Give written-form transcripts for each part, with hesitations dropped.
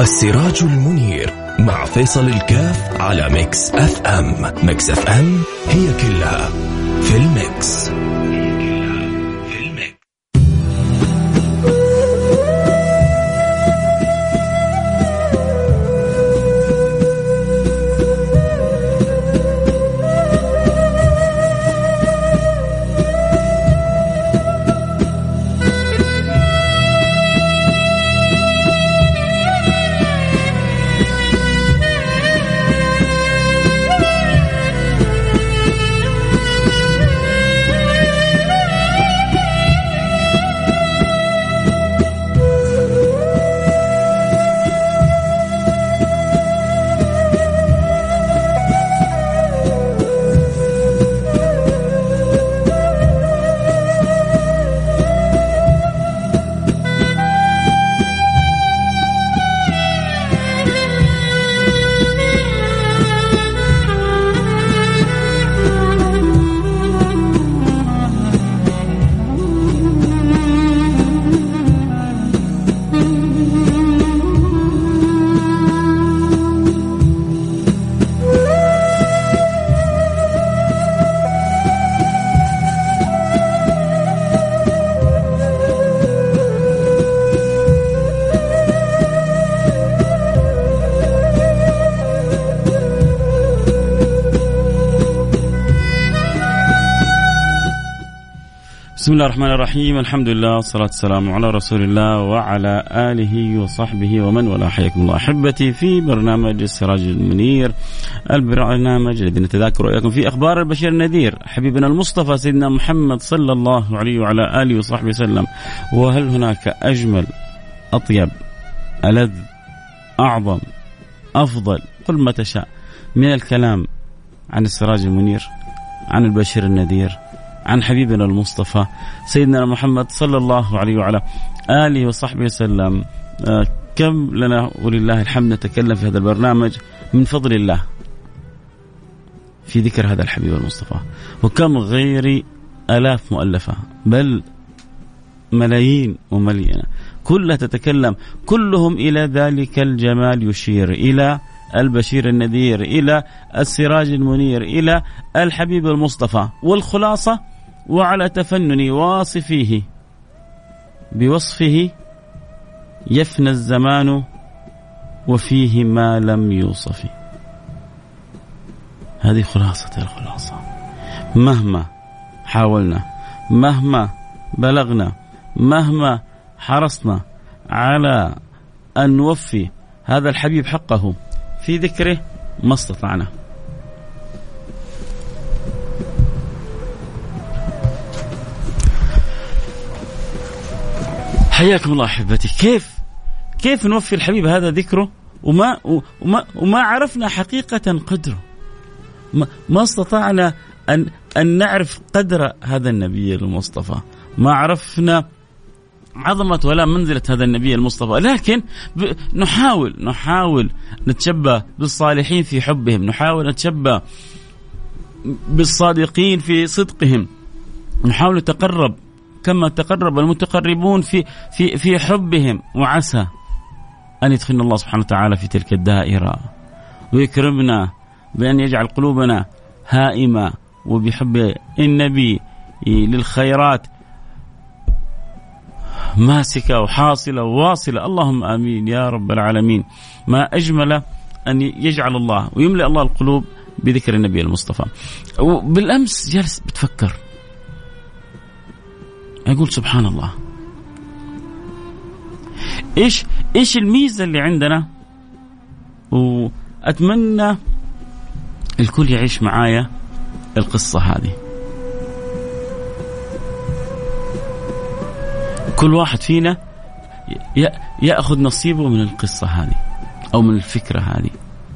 السراج المنير مع فيصل الكاف على ميكس اف ام. ميكس اف ام هي كلها في الميكس. بسم الله الرحمن الرحيم. الحمد لله والصلاة والسلام على رسول الله وعلى آله وصحبه ومن والاه. حياكم الله أحبتي في برنامج السراج المنير، البرنامج الذي نتذاكر وإياكم في أخبار البشير النذير حبيبنا المصطفى سيدنا محمد صلى الله عليه وعلى آله وصحبه وسلم. وهل هناك أجمل أطيب ألذ أعظم أفضل قل ما تشاء من الكلام عن السراج المنير، عن البشير النذير، عن حبيبنا المصطفى سيدنا محمد صلى الله عليه وعلى آله وصحبه وسلم. كم لنا ولله الحمد نتكلم في هذا البرنامج من فضل الله في ذكر هذا الحبيب المصطفى، وكم غير آلاف مؤلفة بل ملايين ومليئة كلها تتكلم، كلهم إلى ذلك الجمال يشير، إلى البشير النذير، إلى السراج المنير، إلى الحبيب المصطفى. والخلاصة وعلى تفنن واصفيه بوصفه يفنى الزمان وفيه ما لم يوصف. هذه خلاصة الخلاصة. مهما حاولنا، مهما بلغنا، مهما حرصنا على أن نوفي هذا الحبيب حقه في ذكره ما استطعنا. حياكم الله أحبتي. كيف نوفي الحبيب هذا ذكره وما عرفنا حقيقة قدره، ما استطعنا أن نعرف قدر هذا النبي المصطفى، ما عرفنا عظمة ولا منزلة هذا النبي المصطفى، لكن نحاول نتشبه بالصالحين في حبهم، نحاول نتشبه بالصادقين في صدقهم، نحاول نتقرب كما تقرب المتقربون في حبهم، وعسى أن يدخلنا الله سبحانه وتعالى في تلك الدائرة ويكرمنا بأن يجعل قلوبنا هائمة وبحب النبي للخيرات ماسكة وحاصلة وواصلة. اللهم آمين يا رب العالمين. ما أجمل أن يجعل الله ويملأ الله القلوب بذكر النبي المصطفى. وبالأمس جالس بتفكر أقول سبحان الله، إيش الميزة اللي عندنا، وأتمنى الكل يعيش معايا القصة هذه. كل واحد فينا يأخذ نصيبه من القصة هذه أو من الفكرة هذه.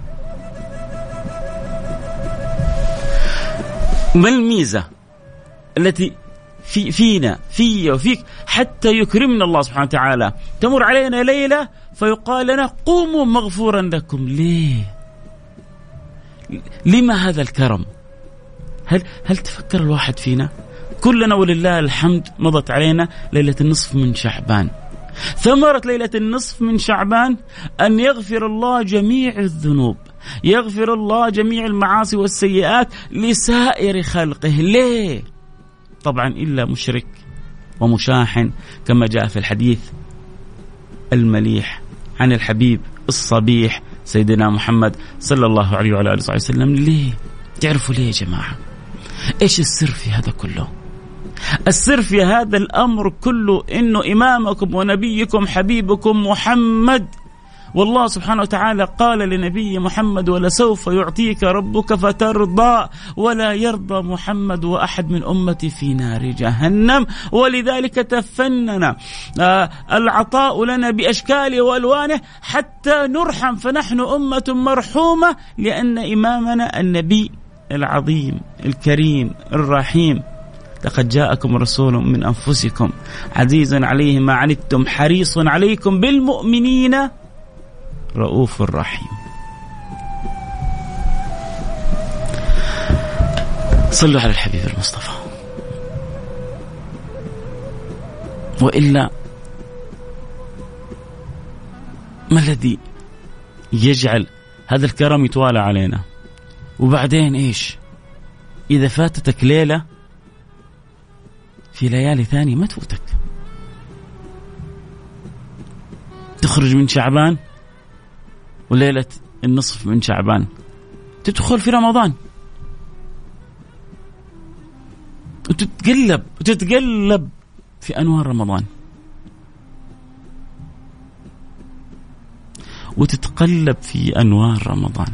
ما الميزة التي فينا في وفيك حتى يكرمنا الله سبحانه وتعالى؟ تمر علينا ليلة فيقال لنا قوموا مغفورا لكم. لما هذا الكرم؟ هل تفكر الواحد فينا؟ كلنا ولله الحمد مضت علينا ليلة النصف من شعبان، ثمرة ليلة النصف من شعبان أن يغفر الله جميع الذنوب، يغفر الله جميع المعاصي والسيئات لسائر خلقه. ليه؟ طبعا إلا مشرك ومشاحن، كما جاء في الحديث المليح عن الحبيب الصبيح سيدنا محمد صلى الله عليه وعلى آله وسلم. ليه؟ تعرفوا ليه يا جماعة؟ إيش السر في هذا كله؟ السر في هذا الأمر كله إنه إمامكم ونبيكم حبيبكم محمد، والله سبحانه وتعالى قال لنبي محمد: ولسوف يعطيك ربك فترضى، ولا يرضى محمد وأحد من أمتي في نار جهنم. ولذلك تفنن العطاء لنا بأشكاله وألوانه حتى نرحم، فنحن أمة مرحومة لأن إمامنا النبي العظيم الكريم الرحيم: لقد جاءكم رسول من أنفسكم عزيز عليه ما عنتم حريص عليكم بالمؤمنين رؤوف رحيم. صلوا على الحبيب المصطفى. وإلا ما الذي يجعل هذا الكرم يتوالى علينا؟ وبعدين إيش؟ إذا فاتتك ليلة في ليالي ثانية ما تفوتك. تخرج من شعبان وليلة النصف من شعبان تدخل في رمضان وتتقلب في أنوار رمضان وتتقلب في أنوار رمضان.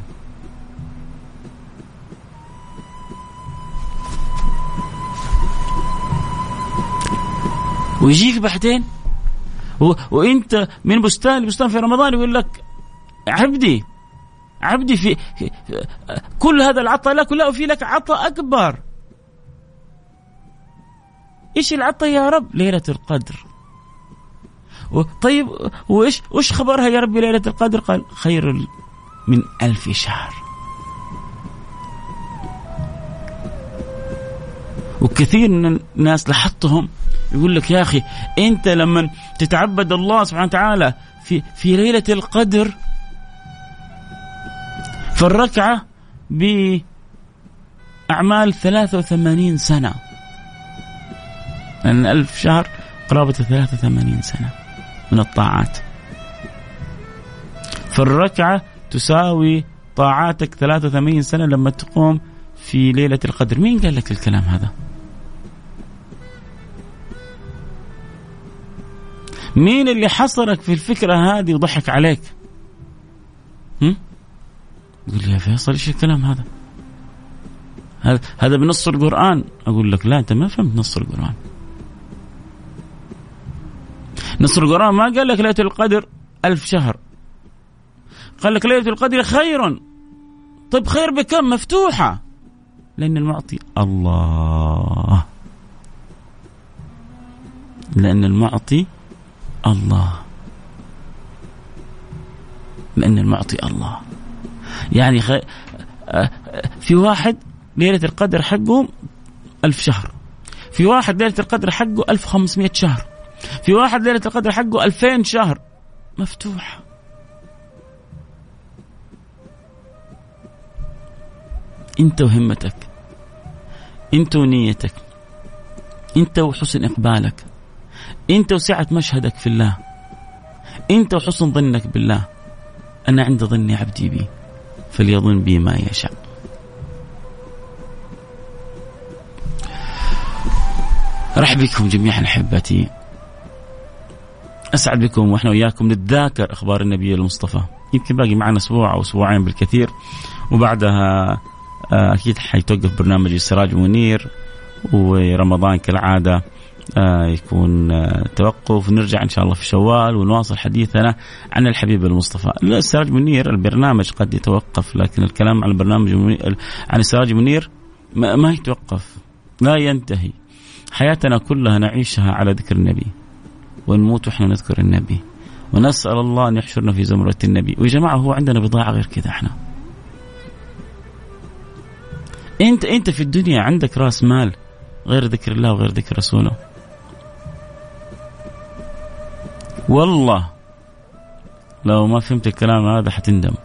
ويجيك بعدين وانت من بستان لبستان في رمضان يقول لك: عبدي في كل هذا العطاء لك، لا وفي لك عطاء أكبر. إيش العطاء يا رب؟ ليلة القدر. طيب وإيش خبرها يا رب ليلة القدر؟ قال: خير من 1000 شهر. وكثير من الناس لاحظتهم يقول لك: يا أخي أنت لما تتعبد الله سبحانه وتعالى في ليلة القدر فالركعة بأعمال 83 سنة، لأن 1000 شهر قرابة 83 سنة من الطاعات، فالركعة تساوي طاعاتك 83 سنة لما تقوم في ليلة القدر. مين قال لك الكلام هذا؟ مين اللي حصرك في الفكرة هذه وضحك عليك؟ يقول لي: يا فيصل إيش الكلام هذا؟ هذا بنص القرآن. أقول لك: لا، أنت ما فهمت نص القرآن. نص القرآن ما قال لك ليلة القدر 1000 شهر، قال لك ليلة القدر خير. طيب خير بكم؟ مفتوحة، لأن المعطي الله، لأن المعطي الله، لأن المعطي الله. يعني في واحد ليلة القدر حقه 1000 شهر، في واحد ليلة القدر حقه 1500 شهر، في واحد ليلة القدر حقه 2000 شهر. مفتوح. انت وهمتك، انت ونيتك، انت وحسن إقبالك، انت وسعة مشهدك في الله، انت وحسن ظنك بالله. أنا عند ظن عبدي بي فليظن بي ما يشاء. رحب بكم جميعا أحبتي، أسعد بكم وإحنا وياكم نتذاكر أخبار النبي المصطفى. يمكن باقي معنا أسبوع أو أسبوعين بالكثير، وبعدها أكيد حيتوقف برنامج السراج منير، ورمضان كالعادة يكون توقف، ونرجع إن شاء الله في شوال ونواصل حديثنا عن الحبيب المصطفى. السراج منير البرنامج قد يتوقف، لكن الكلام عن البرنامج عن السراج منير ما يتوقف، لا ينتهي. حياتنا كلها نعيشها على ذكر النبي، ونموت وإحنا نذكر النبي، ونسأل الله أن يحشرنا في زمرة النبي. ويا جماعة هو عندنا بضاعة غير كذا. إحنا أنت في الدنيا عندك رأس مال غير ذكر الله وغير ذكر رسوله، والله لو ما فهمت الكلام هذا حتندم.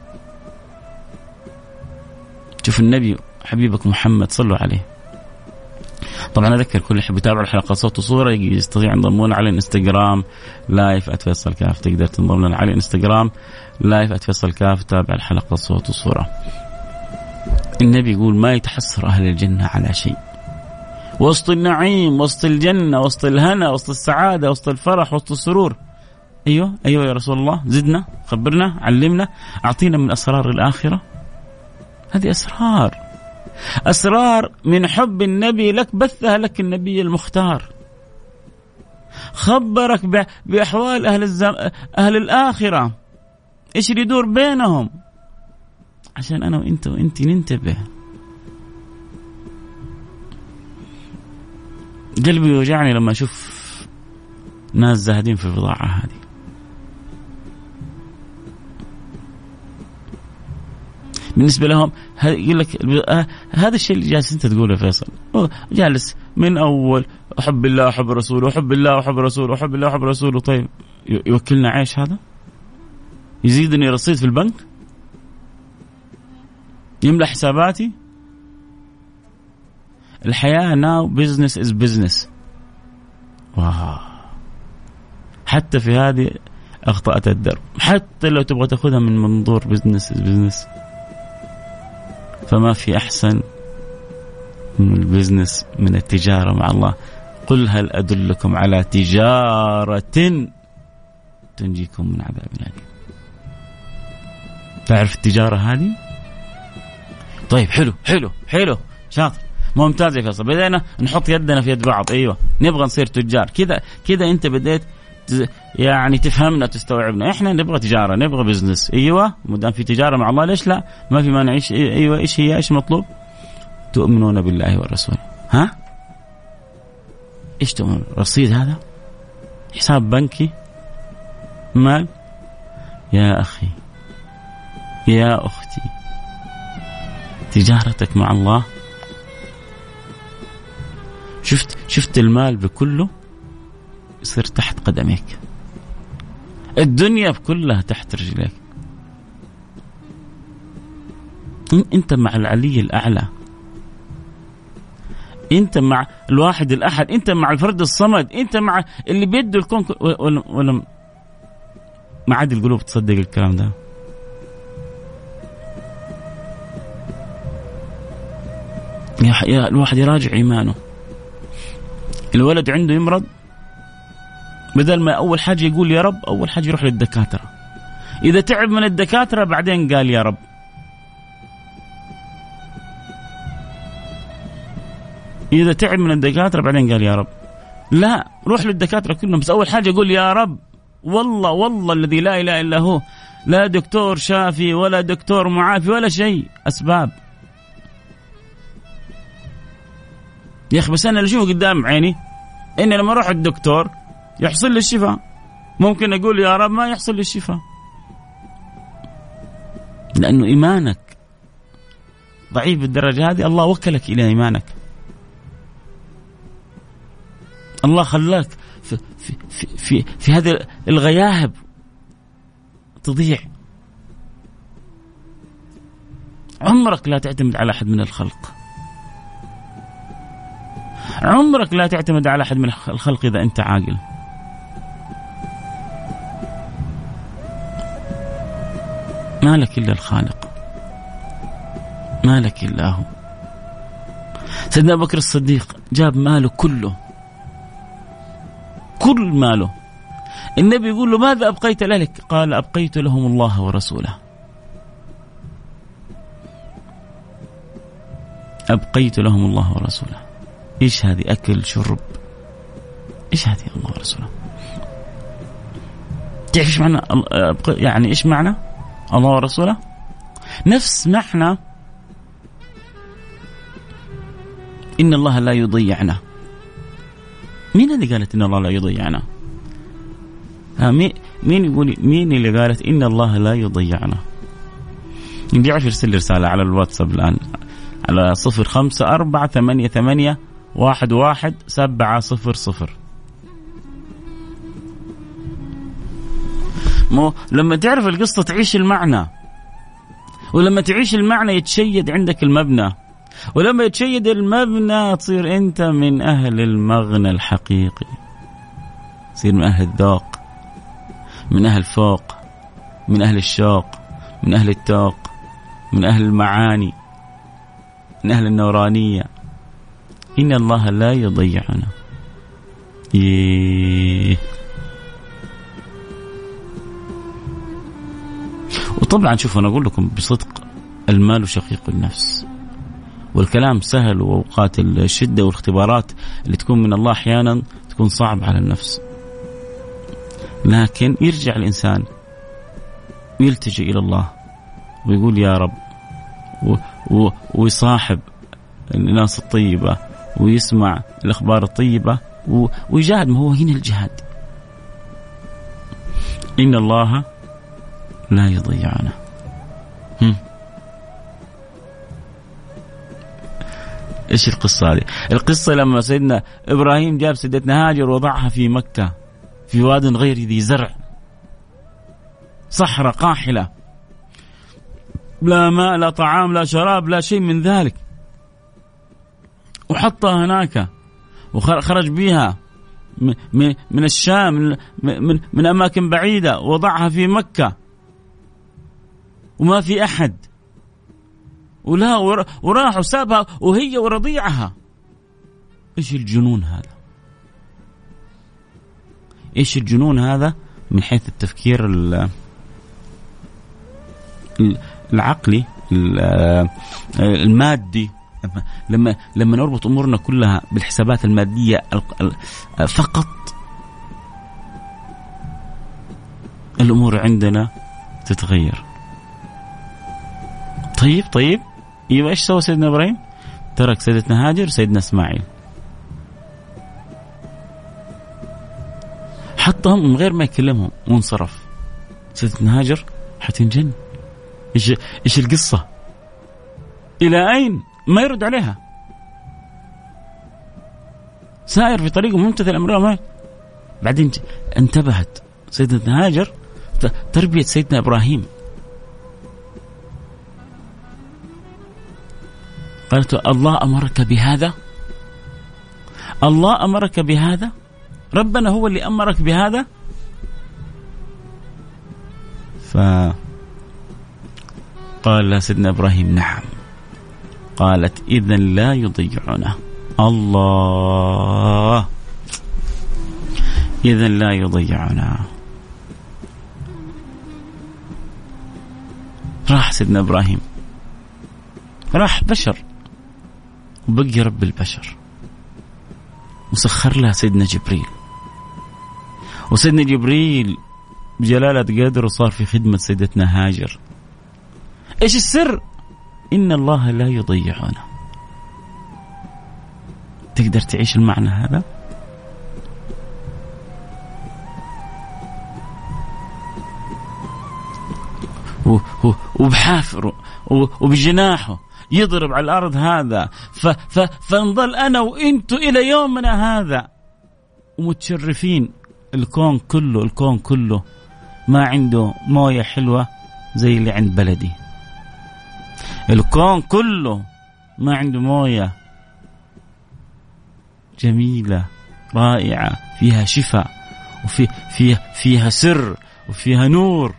شوف النبي حبيبك محمد صلوا عليه. طبعا أذكر كل اللي يحب يتابع الحلقة صوت وصورة يستطيع ينضمون على الانستغرام لايف @فيصل كاف. تقدر تنضم لنا على الانستغرام لايف @فيصل كاف تابع الحلقة صوت وصورة. النبي يقول ما يتحسر أهل الجنة على شيء، وسط النعيم، وسط الجنة، وسط الهنا، وسط السعادة، وسط الفرح، وسط السرور. أيوة يا رسول الله، زدنا، خبرنا، علمنا، أعطينا من أسرار الآخرة. هذه أسرار من حب النبي لك بثها لك النبي المختار. خبرك بأحوال أهل الآخرة، إيش اللي يدور بينهم، عشان أنا وإنت ننتبه. قلبي يوجعني لما أشوف ناس زاهدين في البضاعة هذه. بالنسبة لهم يقول لك هذا الشيء اللي جالس أنت تقوله فيصل، جالس من أول أحب الله أحب رسوله، أحب الله أحب رسوله، أحب الله أحب رسوله. طيب يوكلنا عيش هذا؟ يزيدني رصيد في البنك؟ يملأ حساباتي؟ الحياة now business is business. واو. حتى في هذه أخطأت الدرب، حتى لو تبغى تأخذها من منظور business is business، فما في أحسن من البزنس من التجارة مع الله. قل هل أدلكم على تجارة تنجيكم من عذاب أليم. تعرف التجارة هذه؟ طيب حلو شاطر ممتاز يا فيصل. بدأنا نحط يدنا في يد بعض. أيوة نبغى نصير تجار. كذا أنت بديت يعني تفهمنا تستوعبنا. إحنا نبغى تجارة، نبغى بزنس. أيوة مدام في تجارة مع الله ليش لا؟ ما في ما نعيش. أيوة إيش هي؟ إيش مطلوب؟ تؤمنون بالله والرسول. ها إيش تؤمن؟ رصيد هذا؟ حساب بنكي؟ مال؟ يا أخي يا أختي، تجارتك مع الله. شفت المال بكله يصير تحت قدميك، الدنيا كلها تحت رجليك. انت مع العلي الأعلى، انت مع الواحد الأحد، انت مع الفرد الصمد، انت مع اللي بيده الكون. ولا ما عاد القلوب تصدق الكلام ده. يا الواحد يراجع إيمانه. الولد عنده يمرض، بدل ما أول حاجة يقول يا رب، أول حاجة يروح للدكاترة. إذا تعب من الدكاترة بعدين قال يا رب. إذا تعب من الدكاترة بعدين قال يا رب. لا، روح للدكاترة كلهم، بس أول حاجة يقول يا رب. والله الذي لا إله إلا هو، لا دكتور شافي ولا دكتور معافي ولا شيء، أسباب. يا أخي بس أنا اللي أشوفه قدام عيني إني لما أروح الدكتور يحصل لي الشفاء. ممكن أقول يا رب ما يحصل لي الشفاء، لأنه إيمانك ضعيف بالدرجة هذه. الله وكلك إلى إيمانك. الله خلاك في هذه الغياهب تضيع. عمرك لا تعتمد على أحد من الخلق، عمرك لا تعتمد على أحد من الخلق إذا أنت عاقل. ما لك إلا الخالق، ما لك إلا هو. سيدنا أبو بكر الصديق جاب ماله كله، كل ماله. النبي يقول له ماذا أبقيت لك؟ قال أبقيت لهم الله ورسوله. أبقيت لهم الله ورسوله. إيش هذه؟ أكل شرب. إيش هذه؟ الله ورسوله. تعرف إيش معنى يعني إيش معنى الله ورسوله؟ نفس معنى إن الله لا يضيعنا. مين هذه قالت إن الله لا يضيعنا؟ مين يقول؟ مين اللي قالت إن الله لا يضيعنا؟ اللي يعرف يرسل رسالة على الواتساب الآن على 0548811700. لما تعرف القصة تعيش المعنى، ولما تعيش المعنى يتشيد عندك المبنى، ولما يتشيد المبنى تصير أنت من أهل المغنى الحقيقي، تصير من أهل الذوق، من أهل الفوق، من أهل الشوق، من أهل التوق، من أهل المعاني، من أهل النورانية. إن الله لا يضيعنا. وطبعا شوفوا أنا أقول لكم بصدق، المال شقيق النفس، والكلام سهل، وأوقات الشدة والاختبارات اللي تكون من الله أحيانا تكون صعب على النفس، لكن يرجع الإنسان ويلتجئ إلى الله ويقول يا رب، ويصاحب الناس الطيبة ويسمع الأخبار الطيبة ويجاهد. ما هو هنا الجهاد. إن الله لا يضيعنا. إيش القصة هذه؟ القصة لما سيدنا إبراهيم جاب سيدتنا هاجر وضعها في مكة في واد غير ذي زرع، صحراء قاحلة، لا ماء لا طعام لا شراب لا شيء من ذلك، وحطها هناك وخرج بها من الشام من أماكن بعيدة، وضعها في مكة وما في أحد، ولا وراح وسابها وهي ورضيعها. إيش الجنون هذا؟ إيش الجنون هذا من حيث التفكير العقلي المادي. لما نربط أمورنا كلها بالحسابات المادية فقط، الأمور عندنا تتغير. طيب ايوه، ايش سوى سيدنا ابراهيم؟ ترك سيدتنا هاجر سيدنا اسماعيل، حطهم من غير ما يكلمهم وانصرف. سيدتنا هاجر حتنجن، ايش القصة؟ الى اين؟ ما يرد عليها، سائر في طريقه ممتثل امرها. بعدين انتبهت سيدتنا هاجر تربية سيدنا ابراهيم، قالت الله أمرك بهذا؟ الله أمرك بهذا؟ ربنا هو اللي أمرك بهذا؟ فقال لها سيدنا إبراهيم نعم. قالت إذن لا يضيعنا. الله، إذن لا يضيعنا. راح سيدنا إبراهيم، راح بشر وبقي رب البشر، وسخر لها سيدنا جبريل، وسيدنا جبريل بجلالة قدر وصار في خدمة سيدتنا هاجر. إيش السر؟ إن الله لا يضيعنا. تقدر تعيش المعنى هذا؟ وبحافره وبجناحه يضرب على الأرض هذا، فنظل أنا وإنتو إلى يومنا هذا ومتشرفين. الكون كله ما عنده موية حلوة زي اللي عند بلدي. الكون كله ما عنده موية جميلة رائعة فيها شفاء فيها سر وفيها نور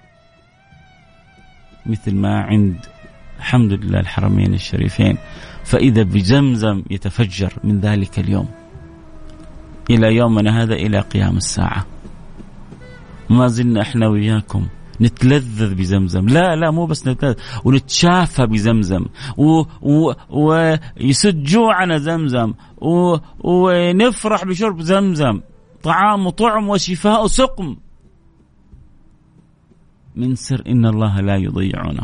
مثل ما عند الحمد لله الحرمين الشريفين. فإذا بزمزم يتفجر من ذلك اليوم إلى يومنا هذا إلى قيام الساعة. ما زلنا إحنا وياكم نتلذذ بزمزم. لا مو بس نتلذذ، ونتشافى بزمزم ويسد جوعنا زمزم ونفرح بشرب زمزم، طعام وطعم وشفاء وسقم من سر إن الله لا يضيعنا.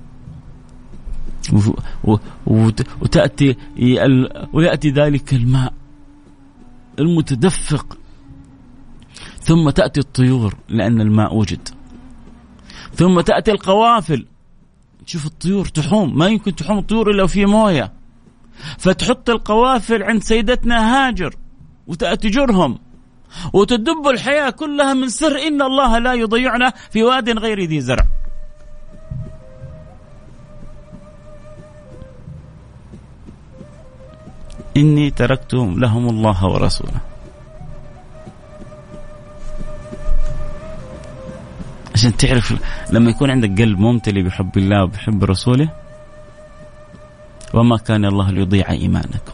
ويأتي ذلك الماء المتدفق، ثم تأتي الطيور لأن الماء وجد، ثم تأتي القوافل. تشوف الطيور تحوم، ما يمكن تحوم الطيور إلا في موية، فتحط القوافل عند سيدتنا هاجر وتأتي جرهم وتدب الحياة كلها من سر إن الله لا يضيعنا في واد غير ذي زرع. إني تركت لهم الله ورسوله. عشان تعرف لما يكون عندك قلب ممتلئ بحب الله وبحب رسوله، وما كان الله ليضيع إيمانكم.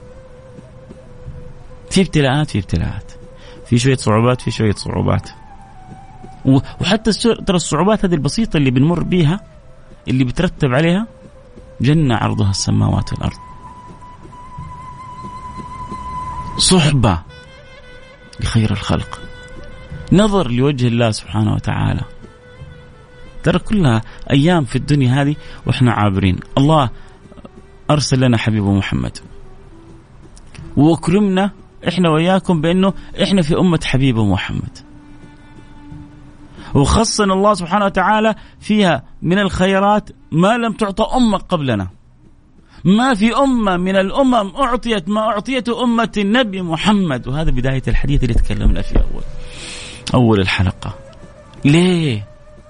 في ابتلاءات، في شوية صعوبات، في شوية صعوبات. وحتى ترى الصعوبات هذه البسيطة اللي بنمر بيها اللي بترتب عليها جنة عرضها السماوات والأرض، صحبة لخير الخلق، نظر لوجه الله سبحانه وتعالى. ترى كلها أيام في الدنيا هذه وإحنا عابرين. الله أرسل لنا حبيبه محمد وأكرمنا إحنا وإياكم بأنه إحنا في أمة حبيبه محمد، وخصنا الله سبحانه وتعالى فيها من الخيرات ما لم تعطى أمة قبلنا. ما في أمة من الأمم أعطيت ما أعطيته أمة النبي محمد. وهذا بداية الحديث اللي تكلمنا فيه أول الحلقة. ليه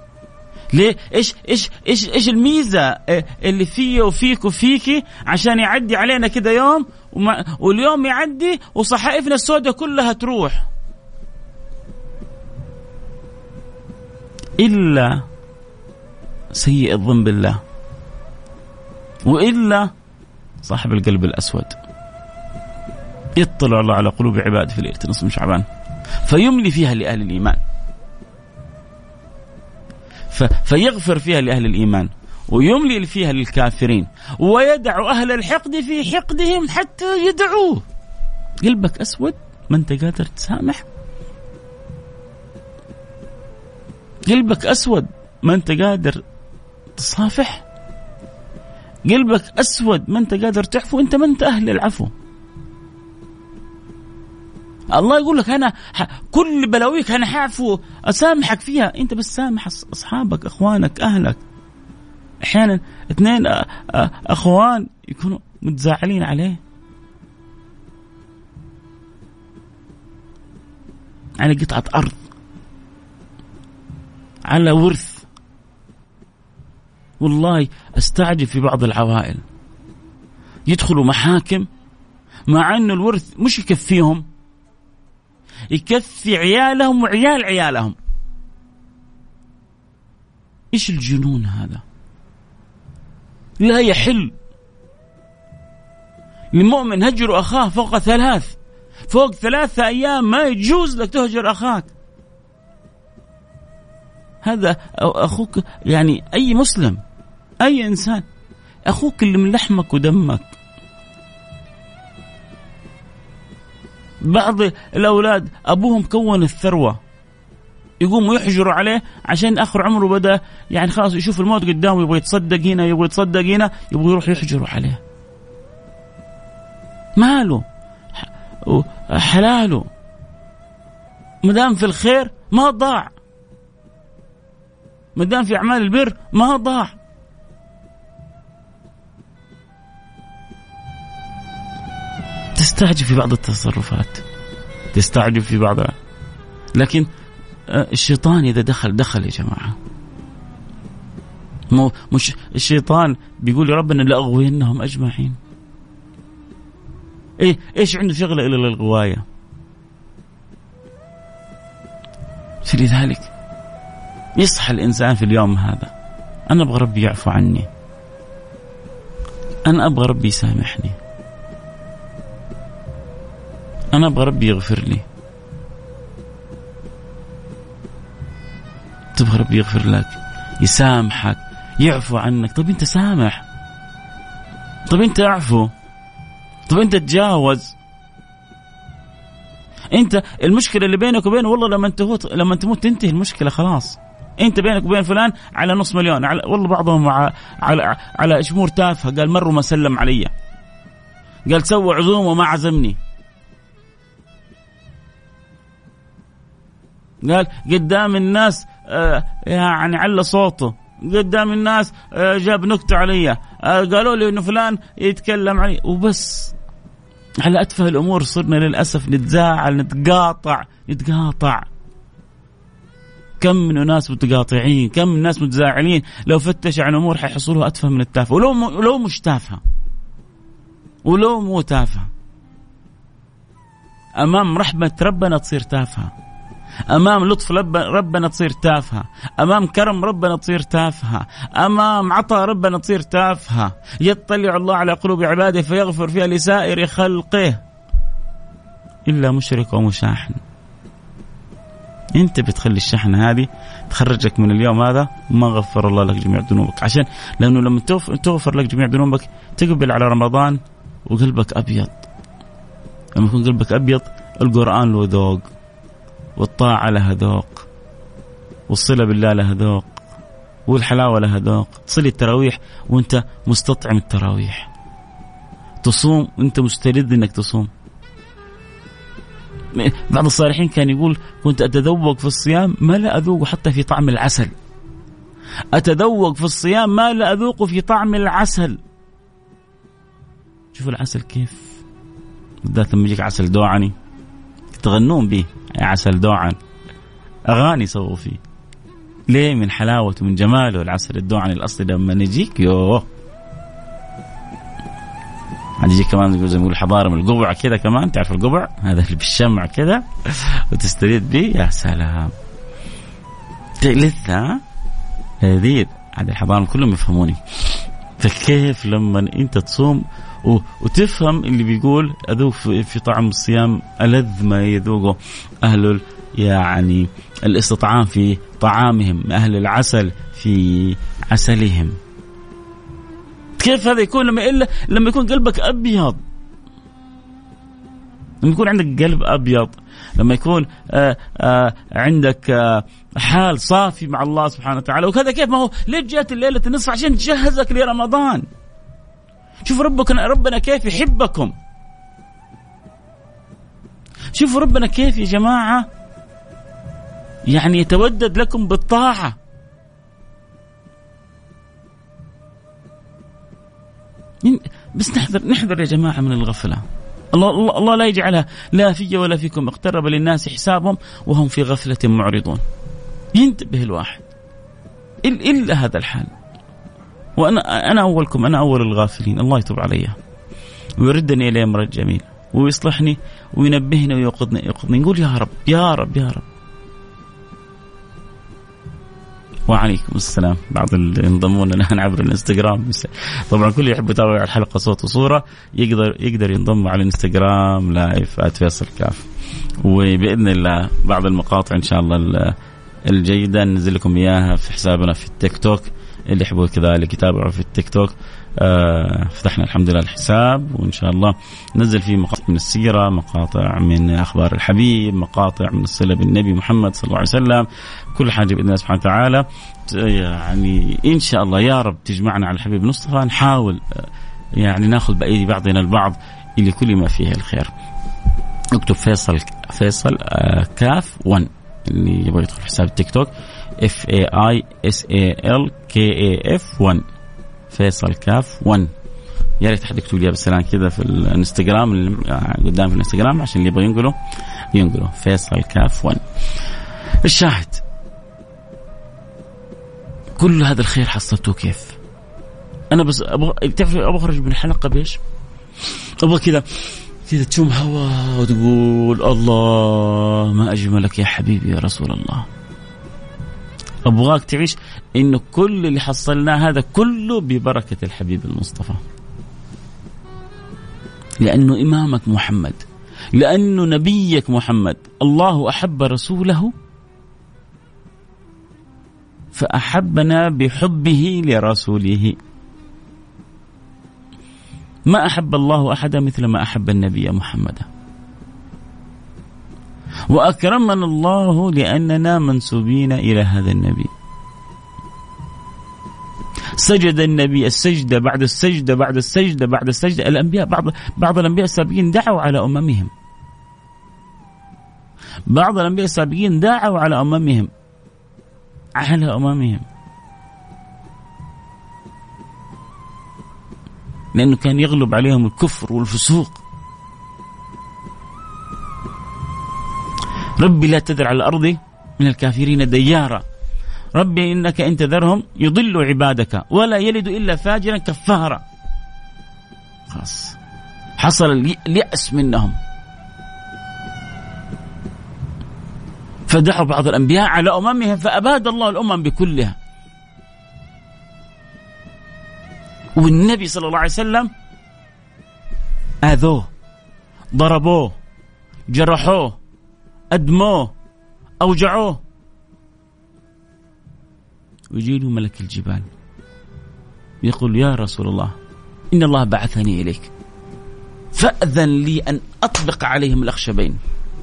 إيش الميزة اللي فيه وفيك وفيكي عشان يعدي علينا كده يوم واليوم يعدي وصحائفنا السوداء كلها تروح؟ إلا سيء الظن بالله، وإلا صاحب القلب الأسود. يطلع الله على قلوب عباده في ليلة نصف من شعبان فيملي فيها لأهل الإيمان، فيغفر فيها لأهل الإيمان ويملي فيها للكافرين، ويدع أهل الحقد في حقدهم حتى يدعوه. قلبك أسود ما أنت قادر تسامح، قلبك أسود ما أنت قادر تصافح، قلبك أسود ما أنت قادر تعفو، أنت ما أنت أهل العفو. الله يقول لك أنا كل بلاويك أنا حعفو أسامحك فيها، أنت بس سامح أصحابك أخوانك أهلك. أحيانا اثنين أخوان يكونوا متزاعلين عليه على قطعة أرض، على ورث. والله أستعجب في بعض العوائل يدخلوا محاكم مع أنه الورث مش يكفيهم، يكفي عيالهم وعيال عيالهم. إيش الجنون هذا؟ لا يحل للمؤمن هجر أخاه فوق 3 أيام. ما يجوز لك تهجر أخاك. هذا أخوك، يعني أي مسلم أي إنسان، أخوك اللي من لحمك ودمك. بعض الأولاد أبوهم كون الثروة يقوموا يحجروا عليه عشان آخر عمره بدأ يعني خلاص يشوف الموت قدامه، يبغى يتصدق هنا يبغى يتصدق هنا، يبغى يروح يحجروا عليه. ماله حلاله مدام في الخير ما ضاع، مدام في أعمال البر ما ضاع. تستعجب في بعض التصرفات، تستعجب في بعضها، لكن الشيطان إذا دخل يا جماعة، مش الشيطان بيقول يا ربنا لأغوينهم أجمعين. إيش عنده شغلة إلا للغواية؟ فلذلك يصحى الإنسان في اليوم هذا، أنا أبغى ربي يعفو عني، أنا أبغى ربي يسامحني، أنا أبغى ربي يغفر لي. تبغى ربي يغفر لك، يسامحك، يعفو عنك. طب أنت سامح، طب أنت اعفو، طب أنت تجاوز. أنت المشكلة اللي بينك وبينه والله لما تموت تنتهي المشكلة خلاص. أنت بينك وبين فلان على 500,000، والله بعضهم على شمور تافهة. قال مروا ما سلم علي، قال سوى عزومة وما عزمني، قال قدام الناس يعني على صوته، قدام الناس جاب نكتة علي، قالوا لي إنه فلان يتكلم علي وبس. على أتفه الأمور صرنا للأسف نتزاعل، نتقاطع. كم من ناس متقاطعين، كم من ناس متزاعلين، لو فتش عن أمور حيحصلوا أتفه من التافه، ولو مش تافهة، ولو مو تافهة. أمام رحمة ربنا تصير تافهة، أمام لطف ربنا تصير تافهة، أمام كرم ربنا تصير تافهة، أمام عطاء ربنا تصير تافهة. يطلع الله على قلوب عباده فيغفر فيها لسائر خلقه إلا مشرك ومشاحن. أنت بتخلي الشحنة هذه تخرجك من اليوم هذا ما غفر الله لك جميع ذنوبك. عشان لأنه لما تغفر لك جميع ذنوبك تقبل على رمضان وقلبك أبيض. لما يكون قلبك أبيض القرآن له ذوق، والطاعة لها ذوق، والصلة بالله لها ذوق، والحلاوة لها ذوق. تصلي التراويح وانت مستطعم التراويح، تصوم وانت مستلذ انك تصوم. بعض الصالحين كان يقول كنت أتذوق في الصيام ما لا أذوق حتى في طعم العسل. أتذوق في الصيام ما لا أذوق في طعم العسل. شوفوا العسل كيف، بالذات لما يجيك عسل دوعني تغنون به، عسل دوعن، أغاني سووا فيه. ليه؟ من حلاوته من جماله. العسل الدوعني الأصلي لما نجيك يوه يجي كمان زي ما يقول حضارة من القبع كذا، كمان تعرف القبع هذا اللي بالشمع كذا وتستريد به، يا سلام لذة لذيذ. هذه الحضارة كلهم يفهموني. فكيف لما أنت تصوم وتفهم اللي بيقول أذوق في طعم الصيام ألذ ما يذوقه أهل يعني الاستطعام في طعامهم، أهل العسل في عسلهم. كيف هذا يكون لما يكون قلبك أبيض، لما يكون عندك قلب أبيض، لما يكون عندك حال صافي مع الله سبحانه وتعالى. وكذا كيف ما هو ليه جاءت الليلة النصف عشان تجهزك لرمضان. شوفوا ربنا كيف يحبكم، شوفوا ربنا كيف يا جماعة يعني يتودد لكم بالطاعة. بس نحذر يا جماعة من الغفلة. الله لا يجعلها لا في ولا فيكم. اقترب للناس حسابهم وهم في غفلة معرضون. ينتبه الواحد إلا هذا الحال. وأنا أولكم، أنا أول الغافلين. الله يتوب علي ويردني إليه مرة جميل ويصلحني وينبهني ويوقظني. نقول يا رب يا رب يا رب. وعليكم السلام. بعض اللي ينضمون لنا عبر الانستغرام طبعا كل يحب يتابع الحلقة صوت وصورة يقدر ينضم على الانستغرام لايف @فيصل كاف. وبإذن الله بعض المقاطع إن شاء الله الجيدة ننزل لكم إياها في حسابنا في التيك توك. اللي يحبوا كذلك يتابعوا في التيك توك. فتحنا الحمد لله الحساب وإن شاء الله ننزل فيه مقاطع من السيرة، مقاطع من أخبار الحبيب، مقاطع من الصلة بالنبي محمد صلى الله عليه وسلم، كل حاجة بإذن الله سبحانه وتعالى. يعني إن شاء الله يا رب تجمعنا على الحبيب مصطفى. نحاول يعني ناخذ بأيدي بعضنا البعض إلى كل ما فيه الخير. اكتب فيصل كاف 1 اللي يبغى يدخل حساب التيك توك FAISALKAF 1 فيصل كاف 1. يا ريت حد يكتب لي بالسلام كذا في الانستغرام اللي قدام في الانستغرام عشان اللي يبغى ينقله فيصل كاف 1. الشاهد كل هذا الخير حصلته كيف؟ أنا بس أبغى أخرج من الحلقة بإيش؟ أبغى كذا تشم هوا وتقول الله ما أجملك يا حبيبي يا رسول الله. أبغاك تعيش إنه كل اللي حصلناه هذا كله ببركة الحبيب المصطفى، لأنه إمامك محمد، لأنه نبيك محمد. الله أحب رسوله فأحبنا بحبه لرسوله. ما أحب الله أحدا مثل ما أحب النبي محمد. وأكرمنا الله لأننا منسوبين إلى هذا النبي. سجد النبي السجدة بعد السجدة بعد السجدة بعد السجدة. الأنبياء بعض الأنبياء السابقين دعوا على أممهم، بعض الأنبياء السابقين دعوا على أممهم لأنه كان يغلب عليهم الكفر والفسوق. ربي لا تذر على الأرض من الكافرين ديارا، ربي إنك إن تذرهم يضلوا عبادك ولا يلد إلا فاجرا كفارا. خلاص حصل اليأس منهم، فدعوا بعض الأنبياء على أممهم فأباد الله الأمم بكلها. والنبي صلى الله عليه وسلم آذوه، ضربوه، جرحوه، أدموه، أوجعوه، ويجي له ملك الجبال يقول يا رسول الله إن الله بعثني إليك فأذن لي أن أطبق عليهم الأخشبين،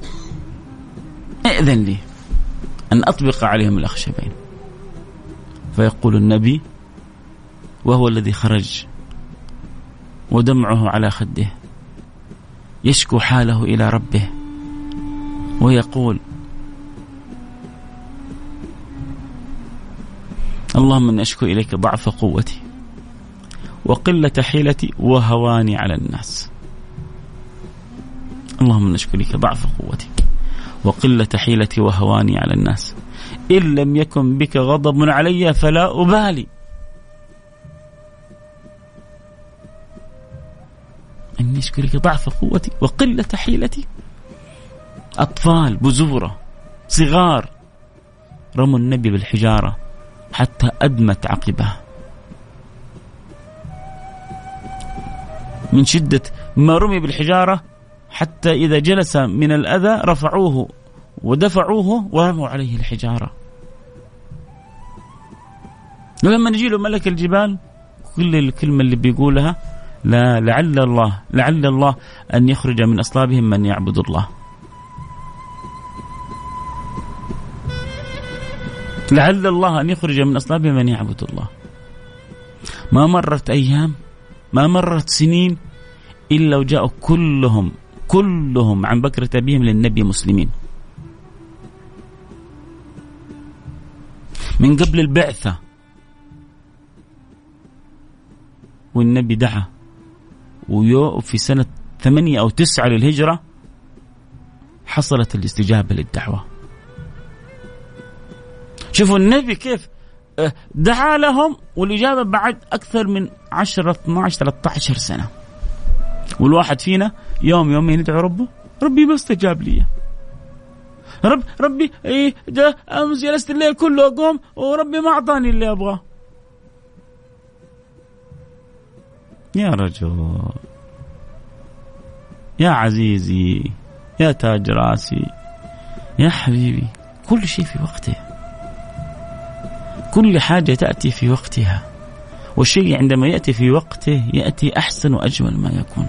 أذن لي أن أطبق عليهم الأخشبين. فيقول النبي وهو الذي خرج ودمعه على خده يشكو حاله إلى ربه ويقول اللهم إني أشكو إليك ضعف قوتي وقلة حيلتي وهواني على الناس. اللهم إني أشكو إليك ضعف قوتي وقلة حيلتي وهواني على الناس، إن لم يكن بك غضب علي فلا أبالي. إني أشكو إليك ضعف قوتي وقلة حيلتي. أطفال بزورة صغار رموا النبي بالحجارة حتى أدمت عقبه من شدة ما رمي بالحجارة، حتى إذا جلس من الأذى رفعوه ودفعوه ورموا عليه الحجارة. ولما نجي له ملك الجبال كل الكلمة اللي بيقولها لا لعل الله أن يخرج من أصلابهم من يعبد الله، لعل الله أن يخرج من أصلابهم من يعبد الله. ما مرت أيام، ما مرت سنين إلا وجاءوا كلهم عن بكرة أبيهم للنبي مسلمين. من قبل البعثة والنبي دعا، وفي سنة 8 أو 9 للهجرة حصلت الاستجابة للدعوة. شوفوا النبي كيف دعا لهم والإجابة بعد أكثر من 10 12 13 سنة. والواحد فينا يومين يدعو ربي ما استجاب لي، ربي ده أمس جلست الليل كله أقوم وربي ما أعطاني اللي أبغاه. يا رجل، يا عزيزي، يا تاج راسي، يا حبيبي، كل شيء في وقته، كل حاجة تأتي في وقتها، والشيء عندما يأتي في وقته يأتي أحسن وأجمل ما يكون.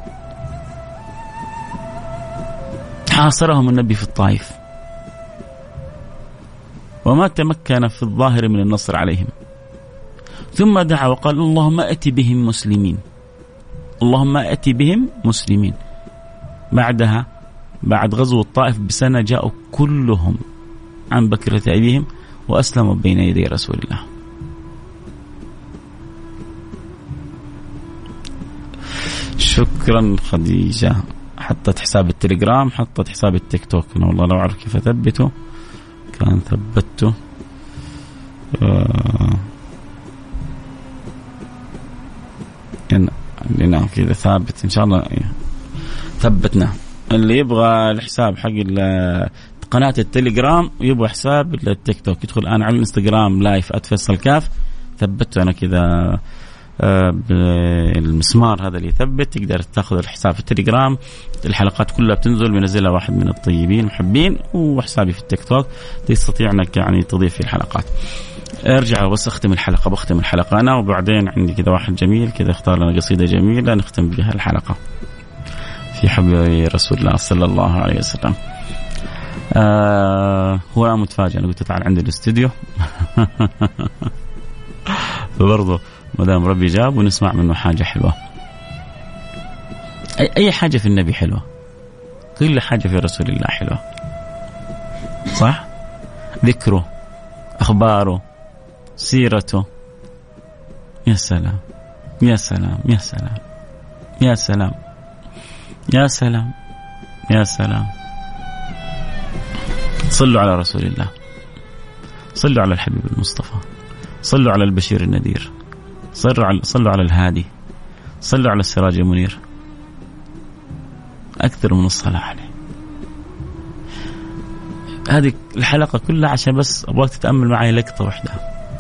حاصرهم النبي في الطائف وما تمكن في الظاهر من النصر عليهم، ثم دعا وقال اللهم أتي بهم مسلمين، اللهم أتي بهم مسلمين. بعدها بعد غزو الطائف بسنة جاءوا كلهم عن بكرة أبيهم وأسلموا بين يدي رسول الله. شكرا خديجة، حطت حساب التليجرام، حطت حساب التيك توك. أنا والله لو أعرف كيف أثبته كان ثبته. لنا كذا ثابت إن شاء الله، ثبتنا. اللي يبغى الحساب حق قناة التليجرام ويبغى حساب التيك توك يدخل الآن على الانستغرام لايف @فيصل_كاف. ثبته أنا كذا بالمسمار هذا اللي يثبت، تقدر تاخذ الحساب في التليجرام. الحلقات كلها بتنزل بينزلها واحد من الطيبين محبين، وحسابي في التيك توك تستطيع انك يعني تضيف في الحلقات. ارجع بس بختم الحلقة انا، وبعدين عندي كذا واحد جميل كذا اختار لنا قصيدة جميلة نختم بها الحلقة في حب رسول الله صلى الله عليه وسلم. هو أنا متفاجئ، أنا قلت تعال عندي الاستوديو فبرضه مدام ربي جاب ونسمع منه حاجة حلوة. أي حاجة في النبي حلوة، كل حاجة في رسول الله حلوة، صح؟ ذكره، أخباره، سيرته، يا سلام يا سلام يا سلام يا سلام يا سلام يا سلام. صلوا على رسول الله، صلوا على الحبيب المصطفى، صلوا على البشير النذير، صلوا على الهادي، صلوا على السراج المنير، أكثر من الصلاة عليه. هذه الحلقة كلها عشان بس أبغاك تتأمل معي لقطة واحدة،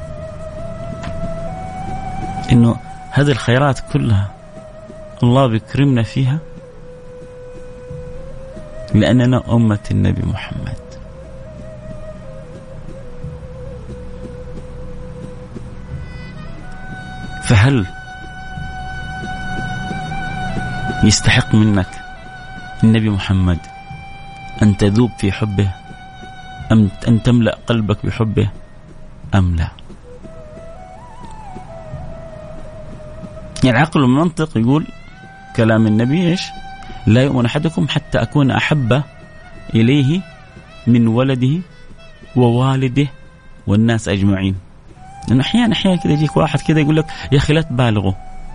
إنه هذه الخيرات كلها الله بيكرمنا فيها لأننا أمة النبي محمد. فهل يستحق منك النبي محمد أن تذوب في حبه، أم أن تملأ قلبك بحبه، أم لا؟ يعني العقل والمنطق يقول كلام النبي إيش؟ لا يؤمن أحدكم حتى أكون أحب إليه من ولده ووالده والناس أجمعين. لأنه أحيانا كده يجيك واحد كده يقول لك يا أخي لا تبالغوا،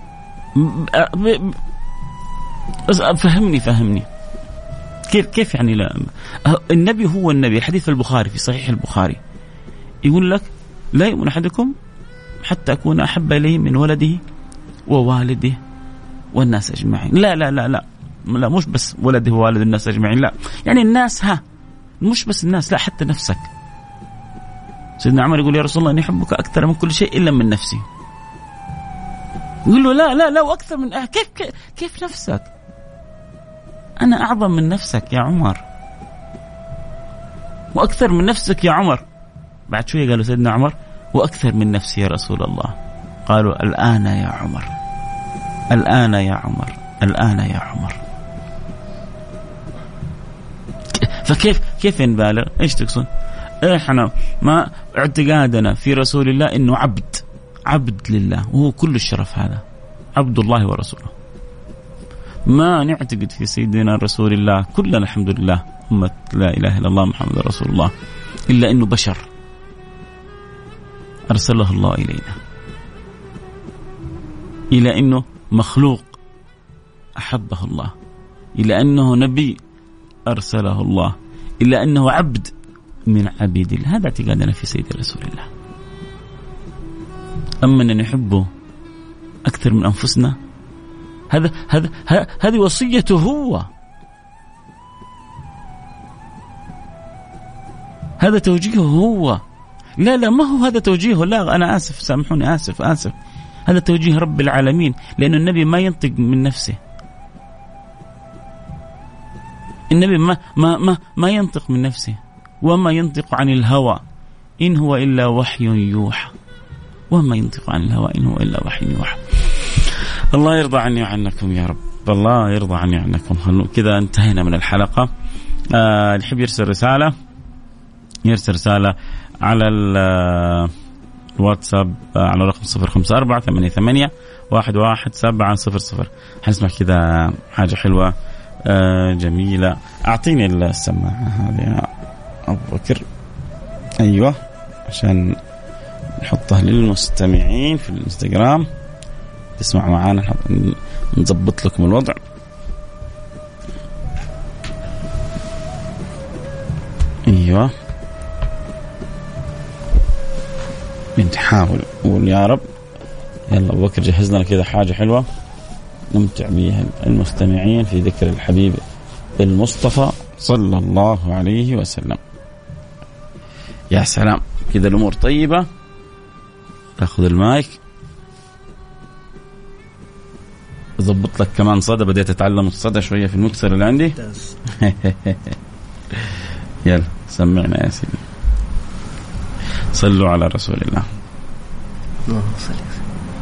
فهمني كيف يعني؟ لا، النبي هو النبي. الحديث في البخاري في صحيح البخاري يقول لك لا يؤمن أحدكم حتى أكون أحب إليه من ولده ووالده والناس أجمعين. لا لا لا لا لا، مش بس ولده ووالد الناس أجمعين، لا، يعني الناس، مش بس الناس، لا، حتى نفسك. سيدنا عمر يقول يا رسول الله إني أحبك أكثر من كل شيء إلا من نفسي. يقول له لا لا لا، وأكثر من كيف نفسك؟ أنا أعظم من نفسك يا عمر، وأكثر من نفسك يا عمر. بعد شوية قالوا سيدنا عمر وأكثر من نفسي يا رسول الله. قالوا الآن يا عمر، الآن يا عمر، الآن يا عمر. فكيف نبالغ؟ إيش تقصد؟ إحنا ما اعتقادنا في رسول الله إنه عبد لله، وهو كل الشرف هذا، عبد الله ورسوله. ما نعتقد في سيدنا رسول الله، كلنا الحمد لله أمة لا إله إلا الله محمد رسول الله، إلا إنه بشر أرسله الله إلينا، إلى أنه مخلوق أحبه الله، إلى أنه نبي أرسله الله، إلى أنه عبد من عبيد الله. هذا اعتقادنا في سيد رسول الله. أما أن نحبه أكثر من أنفسنا، هذه وصيته هو، هذا توجيهه هو. لا ما هو هذا توجيهه، لا، أنا آسف، سامحوني، آسف، هذا توجيه رب العالمين، لأن النبي ما ينطق من نفسه. النبي ما ينطق من نفسه، وما ينطق عن الهوى إن هو إلا وحي يوحى، وما ينطق عن الهوى إن هو إلا وحي يوحى. الله يرضى عني وعنكم يا رب، الله يرضى عني وعنكم. كذا انتهينا من الحلقة. اللي يحب يرسل رسالة على الواتساب على رقم 0548811700. حنسمع كذا حاجة حلوة جميلة. أعطيني السماعة هذه يا أبو بكر، أيوة، عشان نحطها للمستمعين في الانستغرام تسمع معانا، نضبط لكم الوضع. أيوة، نحاول نقول يا رب. يلا أبو بكر جهزنا لنا كذا حاجة حلوة نمتع بها المستمعين في ذكر الحبيب المصطفى صلى الله عليه وسلم. يا سلام، كذا الأمور طيبة. تأخذ المايك، أضبط لك كمان صدى، بديت أتعلم الصدى شوية في المكسر اللي عندي. يلا سمعنا يا سيدي. صلوا على رسول الله. اللهم صل وسلم.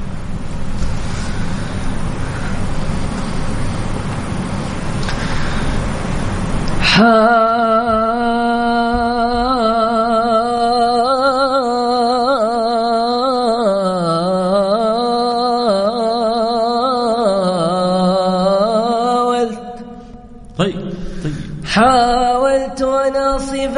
حاولت أن أصف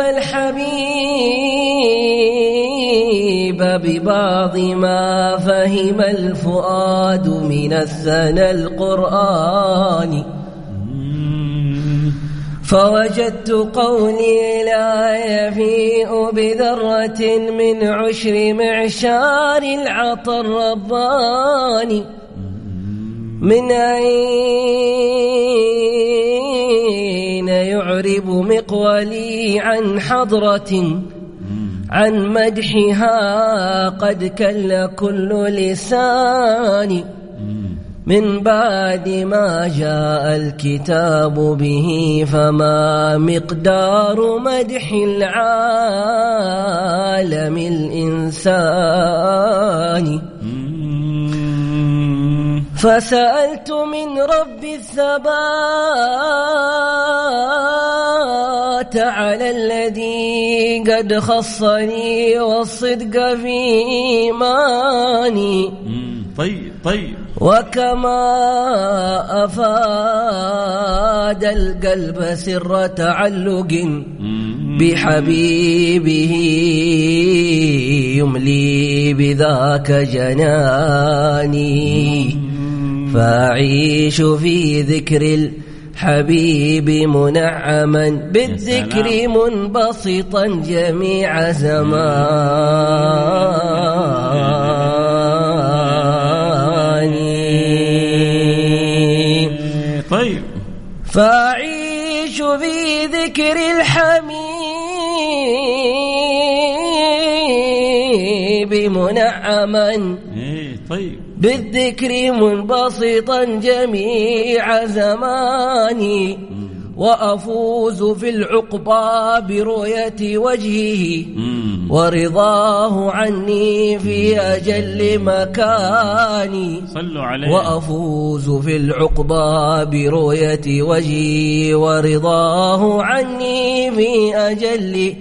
الحبيب ببعض ما فهم الفؤاد من الثنى القرآني، فوجدت قولي لا يفيء بذرة من عشر معشار العطا الرباني. من أين يعرب مقولي عن حضرة عن مدحها قد كل كل لساني. من بعد ما جاء الكتاب به فما مقدار مدح العالم الإنساني. فسألت من رب الثبات على الذي قد خصني والصدق في إيماني. طيب وكما أفاد القلب سر تعلق بحبيبه يملي بذاك جناني. فأعيش في ذكر الحبيب منعما بالذكر منبسطا جميع زماني. طيب فأعيش في ذكر الحبيب منعما طيب بالذكر منبسطا جميع زماني. وأفوز في العقبى برؤية وجهه ورضاه عني في أجل مكاني. صلوا عليه. وأفوز في العقبى برؤية وجهه ورضاه عني في أجل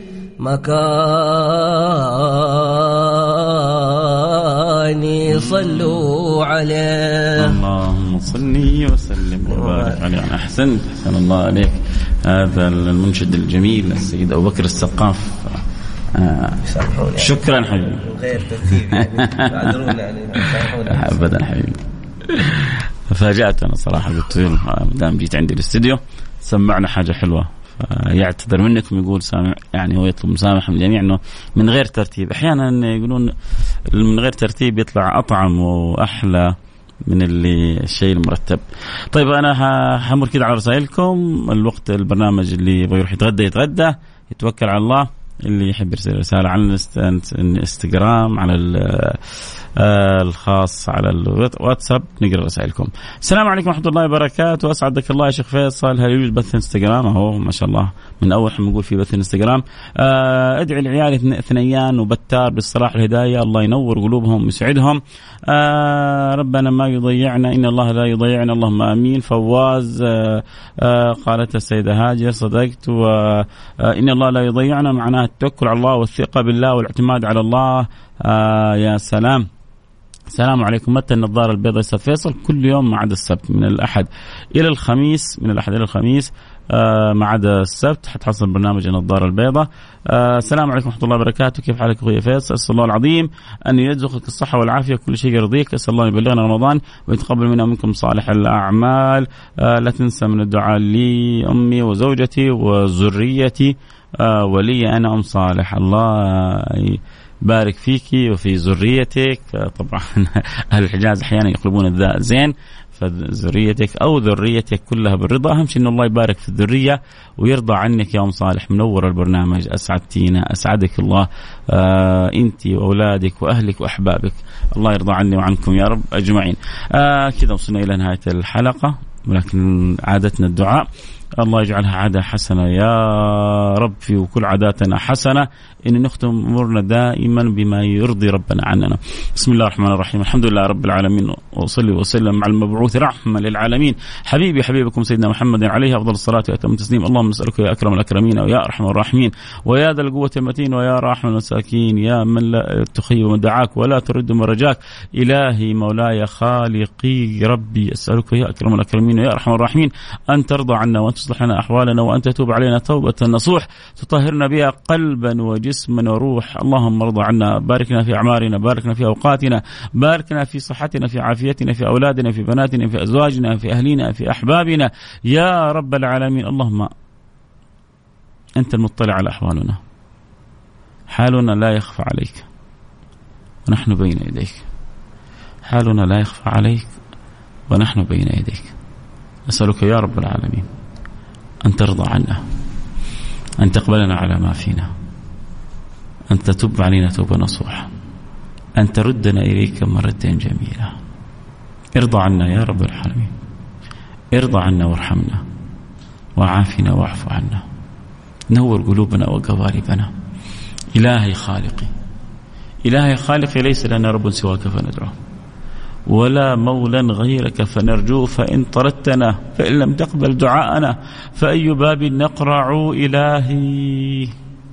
مكاني. صلوا عليه. اللهم صل وسلم وبارك عليه. أحسنت، أحسن الله عليك. هذا المنشد الجميل السيد أبو بكر السقاف. شكرا حبيبي. غير ترتيب أبدا حبيبي. فاجأت أنا صراحة، قلت دام جيت عندي الاستديو سمعنا حاجة حلوة، يعتذر منكم، يقول سامع يعني هو يطلب مسامحة من الجميع انه من غير ترتيب. احيانا يقولون من غير ترتيب يطلع اطعم واحلى من الشيء المرتب. طيب انا حمر كده على رسائلكم. الوقت البرنامج اللي يبغى يروح يتغدى يتوكل على الله، اللي يحب يرسل رسالة على الانستغرام، على الخاص على الواتساب، نقرأ رسائلكم. السلام عليكم ورحمة الله وبركاته. أسعدك الله يا شيخ فيصل. هل يوجد بث انستغرام؟ أهو ما شاء الله من أول حين نقول في بث انستغرام. أدعي العيال ثنيان وبتار بالصلاح والهداية، الله ينور قلوبهم ويسعدهم. ربنا ما يضيعنا، إن الله لا يضيعنا، اللهم آمين. فواز قالت السيدة هاجر صدقت، وإن الله لا يضيعنا معناه التوكل على الله والثقة بالله والاعتماد على الله. يا سلام. السلام عليكم. متى النظارة البيضاء يا فيصل؟ كل يوم ما عدا السبت، من الأحد إلى الخميس، من الأحد إلى الخميس ما عدا السبت حتحصل برنامج النظارة البيضاء. السلام عليكم ورحمة الله وبركاته. كيف حالك أخوي فيصل؟ أسأل الله العظيم أن يرزقك الصحة والعافية، كل شيء يرضيك. أسأل الله يبلغنا رمضان ويتقبل منا ومنكم صالح الأعمال. لا تنسى من الدعاء لي أمي وزوجتي وذريتي ولي أنا أم صالح. الله بارك فيكي وفي ذريتك. طبعا أهل الحجاز أحيانا يقلبون الذاء زين، فذريتك أو ذريتك كلها بالرضا. أهم شيء إن الله يبارك في الذرية ويرضى عنك يا أم صالح. منور البرنامج، أسعدتينا، أسعدك الله أنت وأولادك وأهلك وأحبابك. الله يرضى عني وعنكم يا رب أجمعين. كذا وصلنا إلى نهاية الحلقة، ولكن عادتنا الدعاء. الله يجعلها عادة حسنة يا رب، في وكل عاداتنا حسنة، إن نختم أمورنا دائما بما يرضي ربنا عننا. بسم الله الرحمن الرحيم. الحمد لله رب العالمين، وصلي وسلم على المبعوث رحمة للعالمين، حبيبكم سيدنا محمد عليه أفضل الصلاة وأتم التسليم. اللهم نسألك يا أكرم الأكرمين ويا أرحم الراحمين ويا ذا القوة المتين ويا راحم المساكين، يا من لا تخيب من دعاك ولا ترد من رجاك. إلهي مولاي خالقي ربي، أسألك يا أكرم الأكرمين ويا أرحم الراحمين أن ترضى عنا وأن تصلح لنا أحوالنا وأن تتوب علينا توبة نصوح تطهرنا بها قلبا وجسما وروح. اللهم ارضى عنا، باركنا في أعمارنا، باركنا في أوقاتنا، باركنا في صحتنا، في عافيتنا، في أولادنا، في بناتنا، في أزواجنا، في أهلنا، في أحبابنا يا رب العالمين. اللهم أنت المطلع على أحوالنا، حالنا لا يخفى عليك ونحن بين يديك، حالنا لا يخفى عليك ونحن بين يديك. أسألك يا رب العالمين أن ترضى عنا، أن تقبلنا على ما فينا، أن تتوب علينا توبة نصوحة، أن تردنا إليك مرة جميلة. ارضى عنا يا رب العالمين، ارضى عنا وارحمنا وعافنا واعف عنا، نور قلوبنا وقوالبنا. إلهي خالقي، إلهي خالقي، ليس لنا رب سواك فندعوه، ولا مولا غيرك فنرجوه، فإن طردتنا فإن لم تقبل دعاءنا فأي باب نقرع. إلهي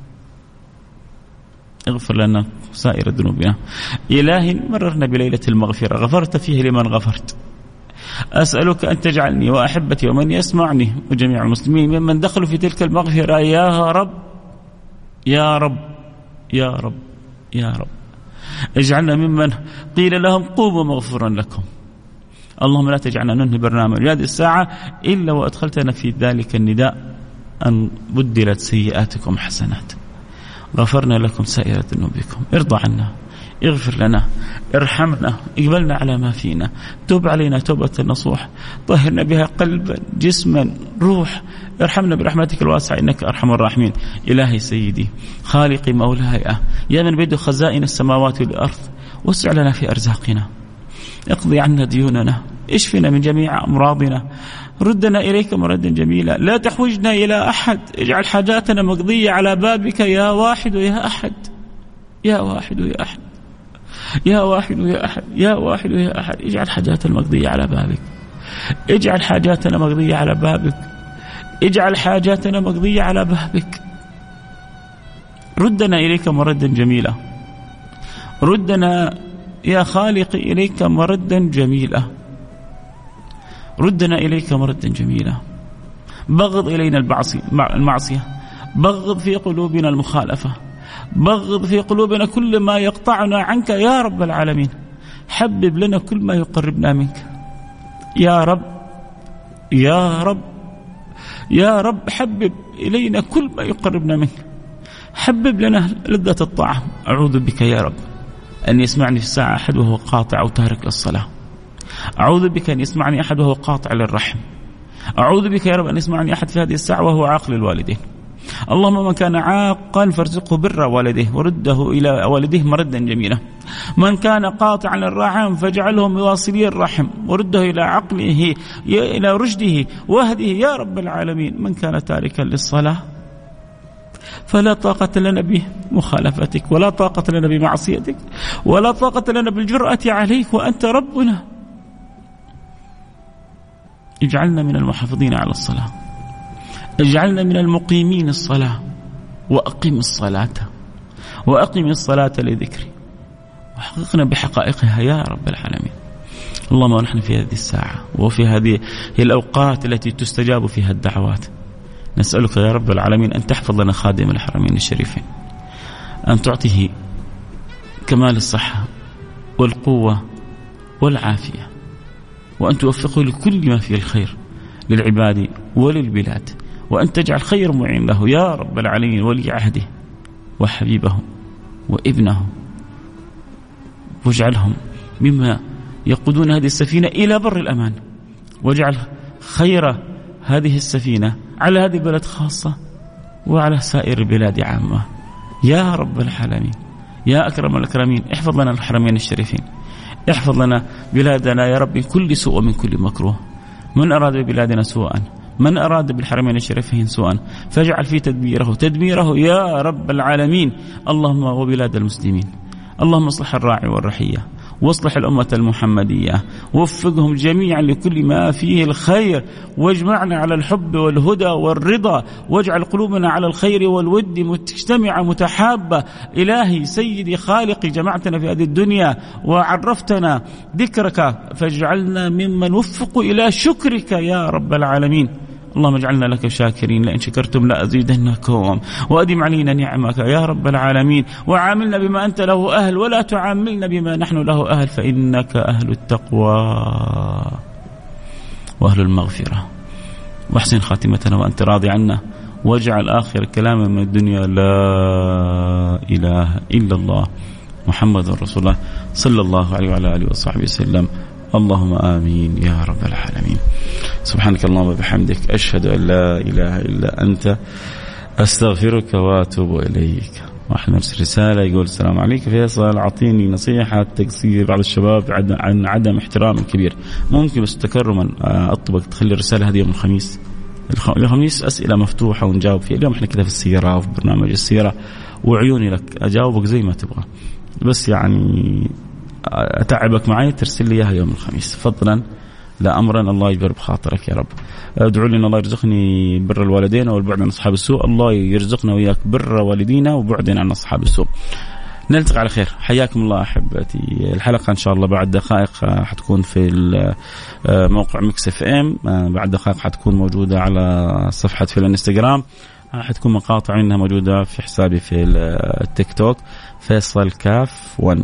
اغفر لنا سائر ذنوبنا. إلهي مررنا بليلة المغفرة، غفرت فيه لمن غفرت. أسألك أن تجعلني وأحبتي ومن يسمعني وجميع المسلمين ممن دخلوا في تلك المغفرة يا رب يا رب يا رب يا رب. اجعلنا ممن قيل لهم قوموا مغفورا لكم. اللهم لا تجعلنا ننهي برنامج هذه الساعة إلا وأدخلتنا في ذلك النداء أن بدلت سيئاتكم حسنات، غفرنا لكم سائر ذنوبكم. ارضى عنا، اغفر لنا، ارحمنا، اقبلنا على ما فينا، توب علينا توبة نصوح، طهرنا بها قلبا جسما روح، ارحمنا برحمتك الواسعة إنك أرحم الراحمين. إلهي سيدي خالقي مولاي، يا من بيده خزائن السماوات والأرض، وسع لنا في أرزاقنا، اقضي عنا ديوننا، اشفنا من جميع أمراضنا، ردنا إليك مردا جميلا، لا تحوجنا إلى أحد، اجعل حاجاتنا مقضية على بابك يا واحد يا أحد، يا واحد يا أحد، يا واحد يا أحد، يا واحد يا أحد. اجعل حاجاتنا مقضية على بابك، اجعل حاجاتنا مقضية على بابك، اجعل حاجاتنا مقضية على بابك. ردنا إليك مردا جميلا، ردنا يا خالقي إليك مردا جميلا، ردنا إليك مردا جميلا. بغض إلينا المعصية، بغض في قلوبنا المخالفة، بغض في قلوبنا كل ما يقطعنا عنك يا رب العالمين، حبب لنا كل ما يقربنا منك يا رب يا رب يا رب. حبب إلينا كل ما يقربنا منك، حبب لنا لذة الطاعة. أعوذ بك يا رب أن يسمعني في الساعة أحد وهو قاطع أو تارك الصلاة، أعوذ بك أن يسمعني أحد وهو قاطع للرحم، أعوذ بك يا رب أن يسمعني أحد في هذه الساعة وهو عاقل الوالدين. اللهم من كان عاقا فارزقه بر والديه ورده إلى والديه مردا جميلا، من كان قاطعا للرحم فاجعلهم يواصلي الرحم ورده إلى عقله إلى رشده وهده يا رب العالمين. من كان تاركا للصلاة فلا طاقة لنا بمخالفتك، ولا طاقة لنا بمعصيتك، ولا طاقة لنا بالجرأة عليك وأنت ربنا. اجعلنا من المحافظين على الصلاة، اجعلنا من المقيمين الصلاة، وأقم الصلاة وأقم الصلاة لذكري، وحققنا بحقائقها يا رب العالمين. اللهم ونحن في هذه الساعة وفي هذه الأوقات التي تستجاب فيها الدعوات، نسألك يا رب العالمين أن تحفظ لنا خادم الحرمين الشريفين، أن تعطيه كمال الصحة والقوة والعافية، وأن توفقه لكل ما فيه الخير للعباد وللبلاد، وأن تجعل خير معين له يا رب العالمين، ولي عهده وحبيبه وابنه، واجعلهم مما يقودون هذه السفينة إلى بر الأمان، واجعل خير هذه السفينة على هذه البلد خاصة وعلى سائر البلاد عامة يا رب العالمين. يا أكرم الأكرمين احفظ لنا الحرمين الشريفين، احفظ لنا بلادنا يا رب من كل سوء ومن كل مكروه. من أراد ببلادنا سوءا، من أراد بالحرمين الشريفين سوءا، فاجعل في تدبيره يا رب العالمين. اللهم وبلاد المسلمين، اللهم اصلح الراعي والرحية، واصلح الأمة المحمدية، وفقهم جميعا لكل ما فيه الخير، واجمعنا على الحب والهدى والرضا، واجعل قلوبنا على الخير والود مجتمعة متحابة. إلهي سيدي خالقي جمعتنا في هذه الدنيا وعرفتنا ذكرك، فاجعلنا ممن وفقوا إلى شكرك يا رب العالمين. اللهم اجعلنا لك شاكرين، لئن شكرتم لأزيدنكم، وأدم علينا نعمك يا رب العالمين، وعاملنا بما أنت له أهل ولا تعاملنا بما نحن له أهل، فإنك أهل التقوى وأهل المغفرة. واحسن خاتمتنا وأنت راضي عنا، واجعل آخر كلام من الدنيا لا إله إلا الله محمد رسول الله صلى الله عليه وعلى آله وصحبه وسلم. اللهم آمين يا رب العالمين. سبحانك اللهم وبحمدك أشهد أن لا إله إلا أنت أستغفرك وأتوب إليك. واحد مرسل رسالة يقول السلام عليك فيصل، أعطيني نصيحة تقصير بعض الشباب عن عدم احترام الكبير. ممكن بس تكرما أطلبك تخلي الرسالة هذه يوم الخميس. الخميس أسئلة مفتوحة ونجاوب فيها. اليوم احنا كذا في السيارة وفي برنامج السيارة وعيوني لك أجاوبك زي ما تبغى، بس يعني أتعبك معي ترسل لي إياها يوم الخميس فضلا لا أمرا. الله يجبر بخاطرك يا رب. ادعوا لي ان الله يرزقني بر الوالدين والبعد عن أصحاب السوء. الله يرزقنا وياك بر والدينا وبعدنا عن أصحاب السوء. نلتقي على خير. حياكم الله أحبتي. الحلقة إن شاء الله بعد دقائق حتكون في موقع ميكس اف ام، بعد دقائق حتكون موجودة على صفحة في الانستغرام، حتكون مقاطع منها موجودة في حسابي في التيك توك فيصل كاف 1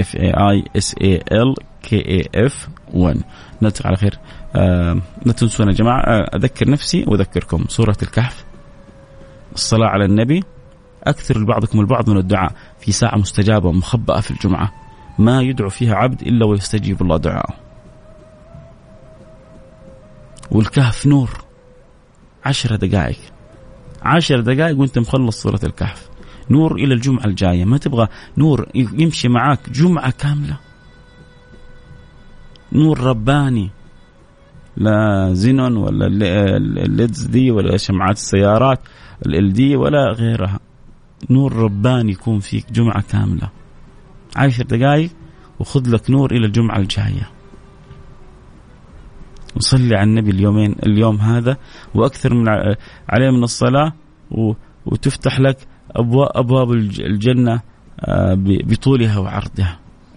FAISALKAF1. نلتقي على خير. لا تنسون يا جماعة، أذكر نفسي وأذكركم سورة الكهف، الصلاة على النبي، أكثر لبعضكم البعض من الدعاء في ساعة مستجابة مخبأة في الجمعة ما يدعو فيها عبد إلا ويستجيب الله دعاءه. والكهف نور 10 دقائق 10 دقائق وانت مخلص سورة الكهف، نور إلى الجمعة الجاية. ما تبغى نور يمشي معاك جمعة كاملة، نور رباني، لا زينون ولا الليدز دي ولا شمعات السيارات ال دي ولا غيرها، نور رباني يكون فيك جمعة كاملة 10 دقائق وخذ لك نور إلى الجمعة الجاية. وصلي على النبي اليوم هذا وأكثر من عليه من الصلاة وتفتح لك أبواب الجنة بطولها وعرضها.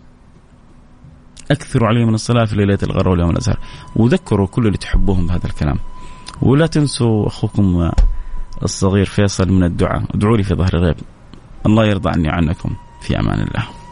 أكثروا عليه من الصلاة في ليلة الغر واليوم الأزهر، وذكروا كل اللي تحبوهم بهذا الكلام. ولا تنسوا أخوكم الصغير فيصل من الدعاء. ادعوا لي في ظهر غيب. الله يرضى عني عنكم. في أمان الله.